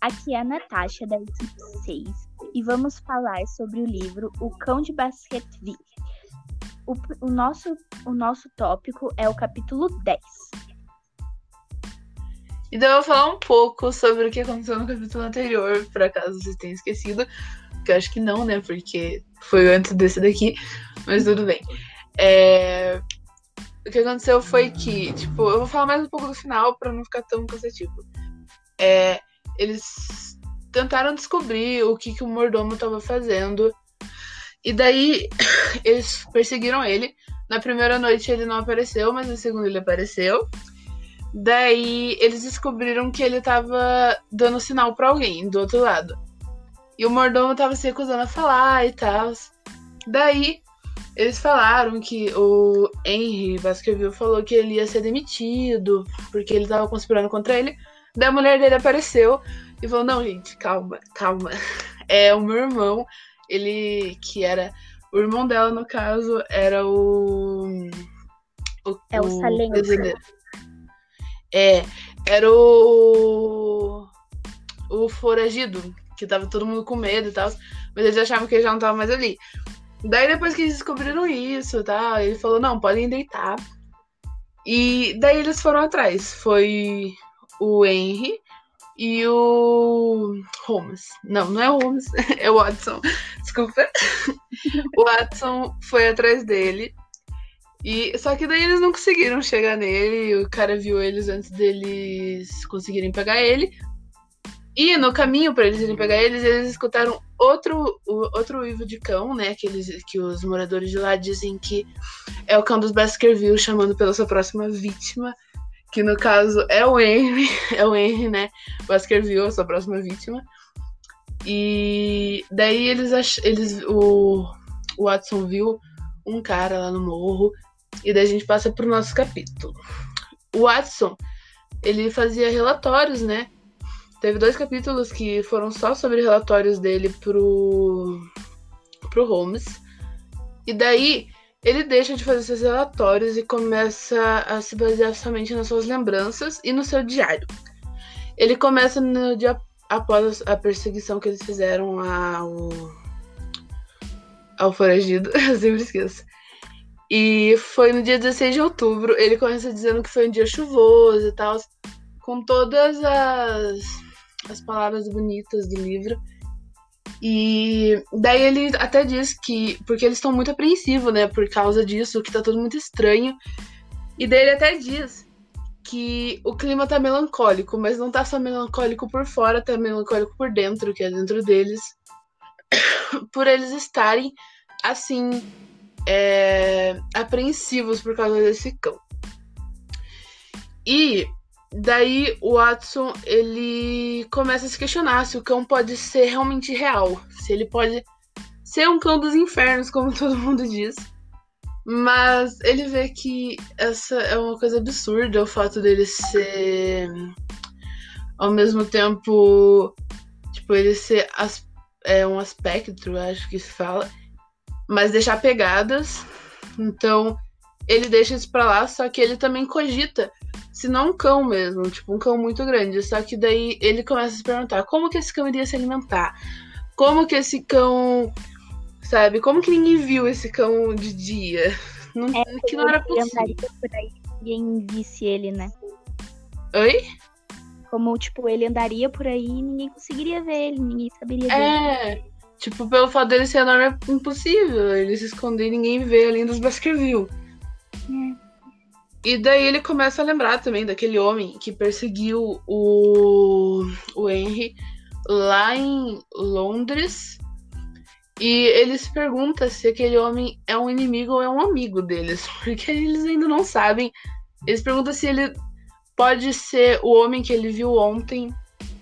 Aqui é a Natasha, da equipe 6, e vamos falar sobre o livro O Cão de Baskerville. O nosso tópico é o capítulo 10. Então eu vou falar um pouco sobre o que aconteceu no capítulo anterior, por acaso vocês tenham esquecido, que eu acho que não, né, porque foi antes desse daqui, mas tudo bem. O que aconteceu foi que, eu vou falar mais um pouco do final pra não ficar tão cansativo. Eles tentaram descobrir o que o mordomo estava fazendo, e daí eles perseguiram ele. Na primeira noite ele não apareceu, mas na segunda ele apareceu. Daí eles descobriram que ele tava dando sinal pra alguém do outro lado. E o mordomo tava se recusando a falar e tal. Daí eles falaram que o Henry Baskerville falou que ele ia ser demitido porque ele tava conspirando contra ele. Daí a mulher dele apareceu e falou: não, gente, calma. É o meu irmão, ele que era... O irmão dela, no caso, era o Salem. Era o foragido, que tava todo mundo com medo e tal, mas eles achavam que ele já não tava mais ali. Daí depois que eles descobriram isso, tá, ele falou: não, podem deitar. E daí eles foram atrás. Foi o Henry e o Holmes. Não é o Holmes, é o Watson. Desculpa. O Watson foi atrás dele. Só que daí eles não conseguiram chegar nele. O cara viu eles antes deles conseguirem pegar ele. E no caminho pra eles irem pegar eles escutaram outro uivo de cão, né? Que os moradores de lá dizem que é o cão dos Baskerville chamando pela sua próxima vítima. Que no caso é o Henry, né? Baskerville, a sua próxima vítima. E daí o Watson viu um cara lá no morro. E daí a gente passa pro nosso capítulo. O Watson, ele fazia relatórios, né? Teve 2 capítulos que foram só sobre relatórios dele pro Holmes. E daí ele deixa de fazer esses relatórios e começa a se basear somente nas suas lembranças e no seu diário. Ele começa no dia após a perseguição que eles fizeram ao foragido. Eu sempre esqueço. E foi no dia 16 de outubro. Ele começa dizendo que foi um dia chuvoso e tal, com todas as palavras bonitas do livro. E daí ele até diz que... Porque eles estão muito apreensivos, né? Por causa disso, que tá tudo muito estranho. E daí ele até diz que o clima tá melancólico, mas não tá só melancólico por fora, tá melancólico por dentro, que é dentro deles. Por eles estarem, assim, apreensivos por causa desse cão. E daí o Watson, ele começa a se questionar se o cão pode ser realmente real, se ele pode ser um cão dos infernos, como todo mundo diz. Mas ele vê que essa é uma coisa absurda, o fato dele ser, ao mesmo tempo, ele ser um aspecto, acho que se fala, mas deixar pegadas. Então ele deixa isso pra lá, só que ele também cogita se não um cão mesmo, um cão muito grande. Só que daí ele começa a se perguntar como que esse cão iria se alimentar, como que esse cão, sabe, como que ninguém viu esse cão de dia, que não era possível. Ele andaria por aí, ninguém visse ele, né? Oi? Como, ele andaria por aí e ninguém conseguiria ver ele, ninguém saberia dele. Pelo fato dele ser enorme, é impossível ele se esconder e ninguém vê além dos Baskerville. E daí ele começa a lembrar também daquele homem que perseguiu o Henry lá em Londres. E ele se pergunta se aquele homem é um inimigo ou é um amigo deles, porque eles ainda não sabem. Eles perguntam se ele pode ser o homem que ele viu ontem,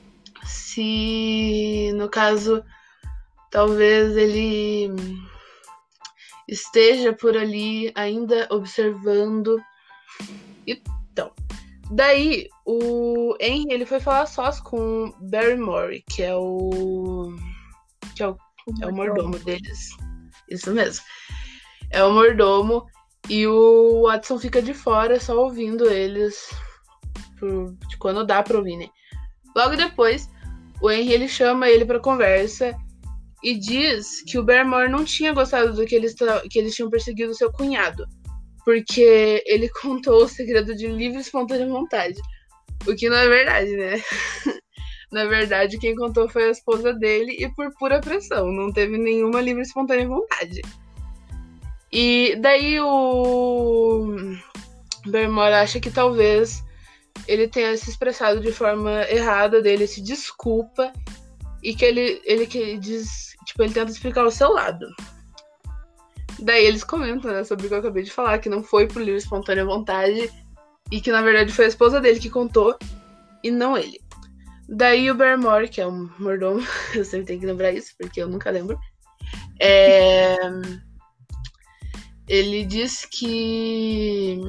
se, no caso, talvez ele esteja por ali ainda observando. Então, daí o Henry, ele foi falar sós com Barrymore, que é o mordomo deles. Isso mesmo. É o mordomo. E o Watson fica de fora só ouvindo eles. Quando dá pra ouvir, né? Logo depois, o Henry ele chama ele pra conversa e diz que o Barrymore não tinha gostado do que eles tinham perseguido seu cunhado, porque ele contou o segredo de livre e espontânea vontade. O que não é verdade, né? Na verdade, quem contou foi a esposa dele e por pura pressão. Não teve nenhuma livre e espontânea vontade. E daí o Barrymore acha que talvez ele tenha se expressado de forma errada, dele se desculpa e que ele que diz, tipo, ele tenta explicar o seu lado. Daí eles comentam, né, sobre o que eu acabei de falar, que não foi por livre e espontânea vontade e que na verdade foi a esposa dele que contou e não ele. Daí o Barrymore, que é um mordomo, eu sempre tenho que lembrar isso porque eu nunca lembro, ele diz que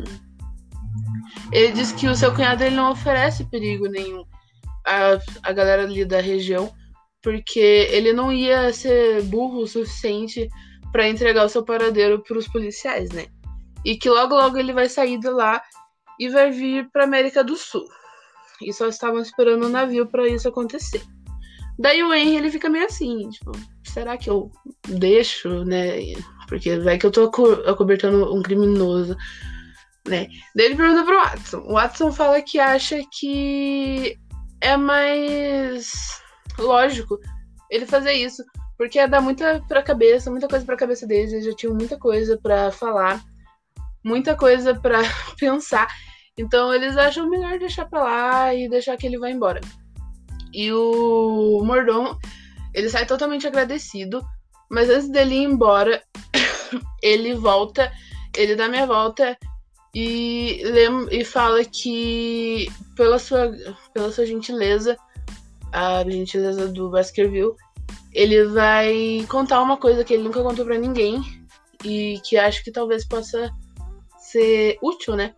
o seu cunhado ele não oferece perigo nenhum à galera ali da região, porque ele não ia ser burro o suficiente pra entregar o seu paradeiro pros policiais, né? E que logo logo ele vai sair de lá e vai vir pra América do Sul. E só estavam esperando um navio pra isso acontecer. Daí o Henry ele fica meio assim, tipo, será que eu deixo, né? Porque vai que eu tô acobertando um criminoso, né? Daí ele pergunta pro Watson. O Watson fala que acha que é mais lógico ele fazer isso, porque ia dar muita coisa pra cabeça deles, eles já tinham muita coisa pra falar, muita coisa pra pensar, então eles acham melhor deixar pra lá e deixar que ele vá embora. E o mordomo, ele sai totalmente agradecido, mas antes dele ir embora, ele dá meia volta e fala que pela sua gentileza, a gentileza do Baskerville, ele vai contar uma coisa que ele nunca contou pra ninguém e que acho que talvez possa ser útil, né?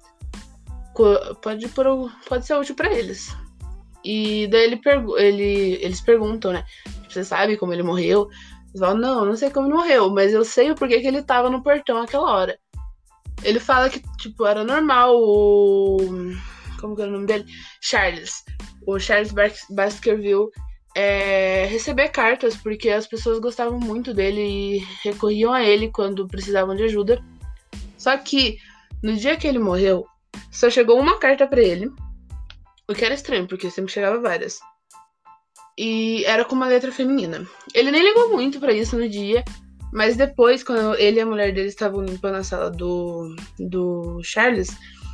Pode ser útil pra eles. E daí eles perguntam, né? Você sabe como ele morreu? Eles falam, não sei como ele morreu, mas eu sei o porquê que ele tava no portão aquela hora. Ele fala que, tipo, era normal como que era o nome dele? O Charles Baskerville receber cartas, porque as pessoas gostavam muito dele e recorriam a ele quando precisavam de ajuda. Só que, no dia que ele morreu, só chegou uma carta pra ele, o que era estranho, porque sempre chegava várias. E era com uma letra feminina. Ele nem ligou muito pra isso no dia, mas depois, quando ele e a mulher dele estavam limpando a sala do Charles,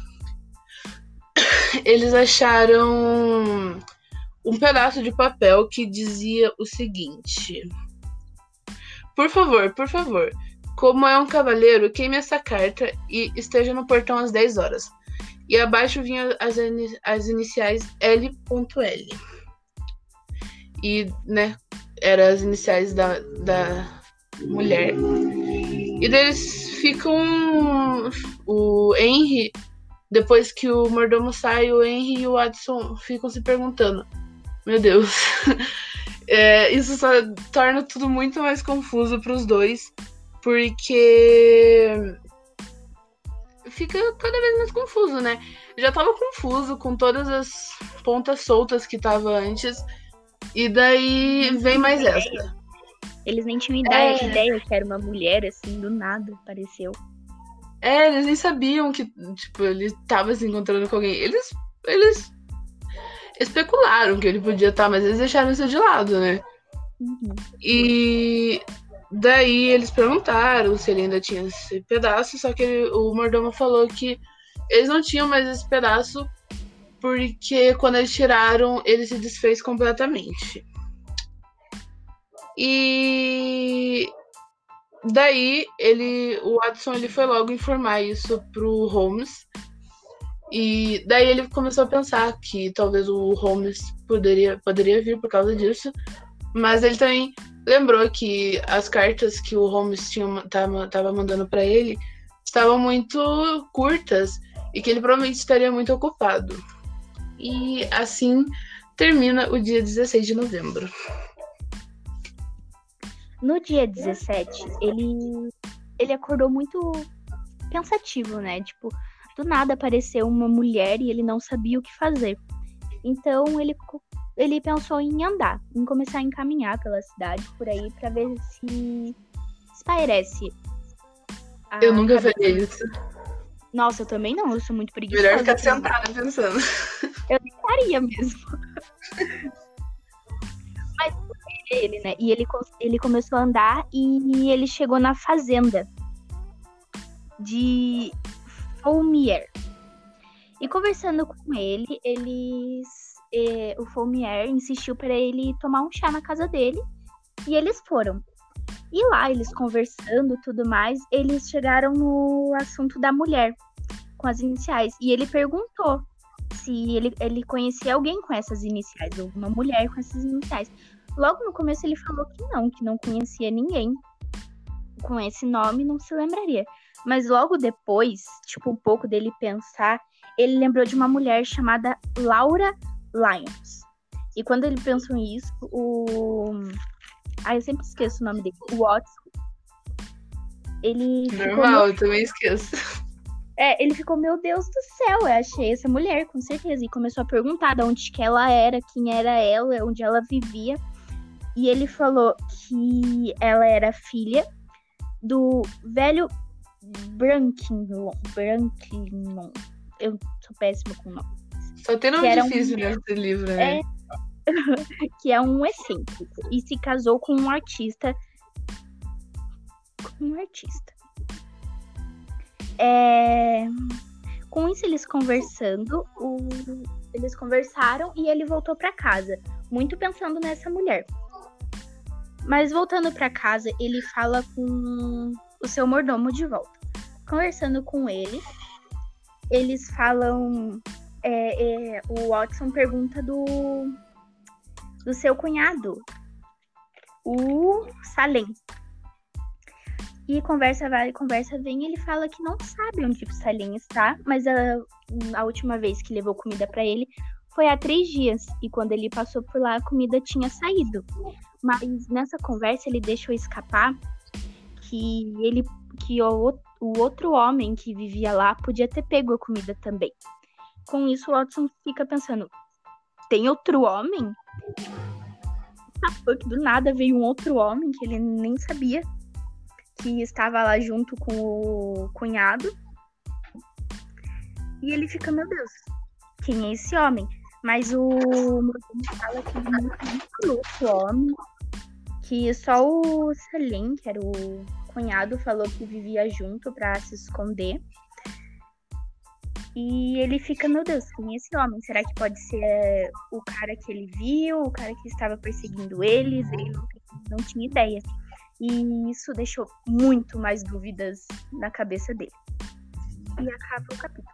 eles acharam um pedaço de papel que dizia o seguinte: Por favor, como é um cavalheiro, queime essa carta e esteja no portão às 10 horas. E abaixo vinha as iniciais L.L. E, né, eram as iniciais da mulher. E daí eles ficam... O Henry, depois que o mordomo sai, o Henry e o Watson ficam se perguntando: meu Deus, isso só torna tudo muito mais confuso pros dois, porque fica cada vez mais confuso, né? Já tava confuso com todas as pontas soltas que tava antes, e daí vem mais essa. Eles nem tinham ideia que era uma mulher, assim, do nada, apareceu. Eles nem sabiam que, tipo, ele tava se encontrando com alguém. Eles especularam que ele podia estar, mas eles deixaram isso de lado, né? Uhum. E daí eles perguntaram se ele ainda tinha esse pedaço, só que o mordomo falou que eles não tinham mais esse pedaço porque quando eles tiraram, ele se desfez completamente. E daí o Watson ele foi logo informar isso pro Holmes. E daí ele começou a pensar que talvez o Holmes poderia vir por causa disso. Mas ele também lembrou que as cartas que o Holmes tava mandando pra ele estavam muito curtas e que ele provavelmente estaria muito ocupado. E assim termina o dia 16 de novembro. No dia 17, ele acordou muito pensativo, né? Tipo, do nada apareceu uma mulher e ele não sabia o que fazer. Então ele ele pensou em andar, em começar a encaminhar pela cidade por aí pra ver se espairece. Eu nunca faria isso. Nossa, eu também não, eu sou muito preguiçosa. Melhor ficar sentada pensando. Eu tentaria mesmo. Mas ele, né? E ele começou a andar e ele chegou na fazenda de Folmier. E conversando com ele, o Folmier insistiu para ele tomar um chá na casa dele. E eles foram. E lá, eles conversando e tudo mais, eles chegaram no assunto da mulher, com as iniciais. E ele perguntou se ele conhecia alguém com essas iniciais, ou uma mulher com essas iniciais. Logo no começo ele falou que não conhecia ninguém com esse nome, não se lembraria. Mas logo depois, tipo, um pouco dele pensar, ele lembrou de uma mulher chamada Laura Lyons. E quando ele pensou nisso, eu sempre esqueço o nome dele. O Watson. Ele Normal, eu também esqueço. Ele ficou, meu Deus do céu, eu achei essa mulher, com certeza. E começou a perguntar de onde que ela era, quem era ela, onde ela vivia. E ele falou que ela era filha do velho Branquinlon. Eu sou péssima com o nome. Só tem nome difícil nesse livro, né? Que é um excêntrico. E se casou com um artista. Com isso, eles conversaram e ele voltou para casa, muito pensando nessa mulher. Mas voltando para casa, ele fala com o seu mordomo de volta. Conversando com ele, eles falam... o Watson pergunta do seu cunhado, o Salem. E conversa vai, conversa vem, ele fala que não sabe onde o Salem está, mas a última vez que levou comida para ele foi há 3 dias, e quando ele passou por lá, a comida tinha saído. Mas nessa conversa ele deixou escapar que o outro homem que vivia lá podia ter pego a comida também. Com isso, o Watson fica pensando, tem outro homem? Foi que do nada veio um outro homem que ele nem sabia, que estava lá junto com o cunhado. E ele fica, meu Deus, quem é esse homem? Mas o mordomo fala que ele não conhece esse homem, que só o Salem, que era o cunhado, falou que vivia junto para se esconder. E ele fica, meu Deus, quem é esse homem? Será que pode ser o cara que ele viu, o cara que estava perseguindo eles? Ele não tinha ideia. E isso deixou muito mais dúvidas na cabeça dele. E acaba o capítulo.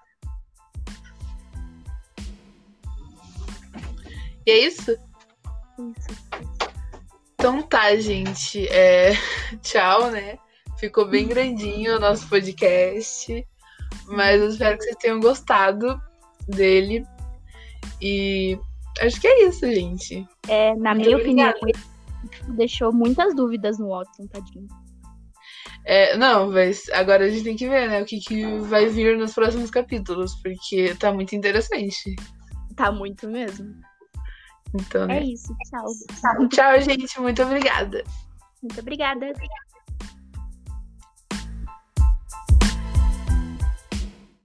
E é isso? Isso. Então tá, gente. Tchau, né? Ficou bem grandinho o nosso podcast. Mas eu espero que vocês tenham gostado dele. E acho que é isso, gente. Na minha opinião, ele deixou muitas dúvidas no Watson, tadinho. Não, mas agora a gente tem que ver, né? O que vai vir nos próximos capítulos. Porque tá muito interessante. Tá muito mesmo. Então, né? É isso, tchau. Tchau, gente. Muito obrigada. Muito obrigada.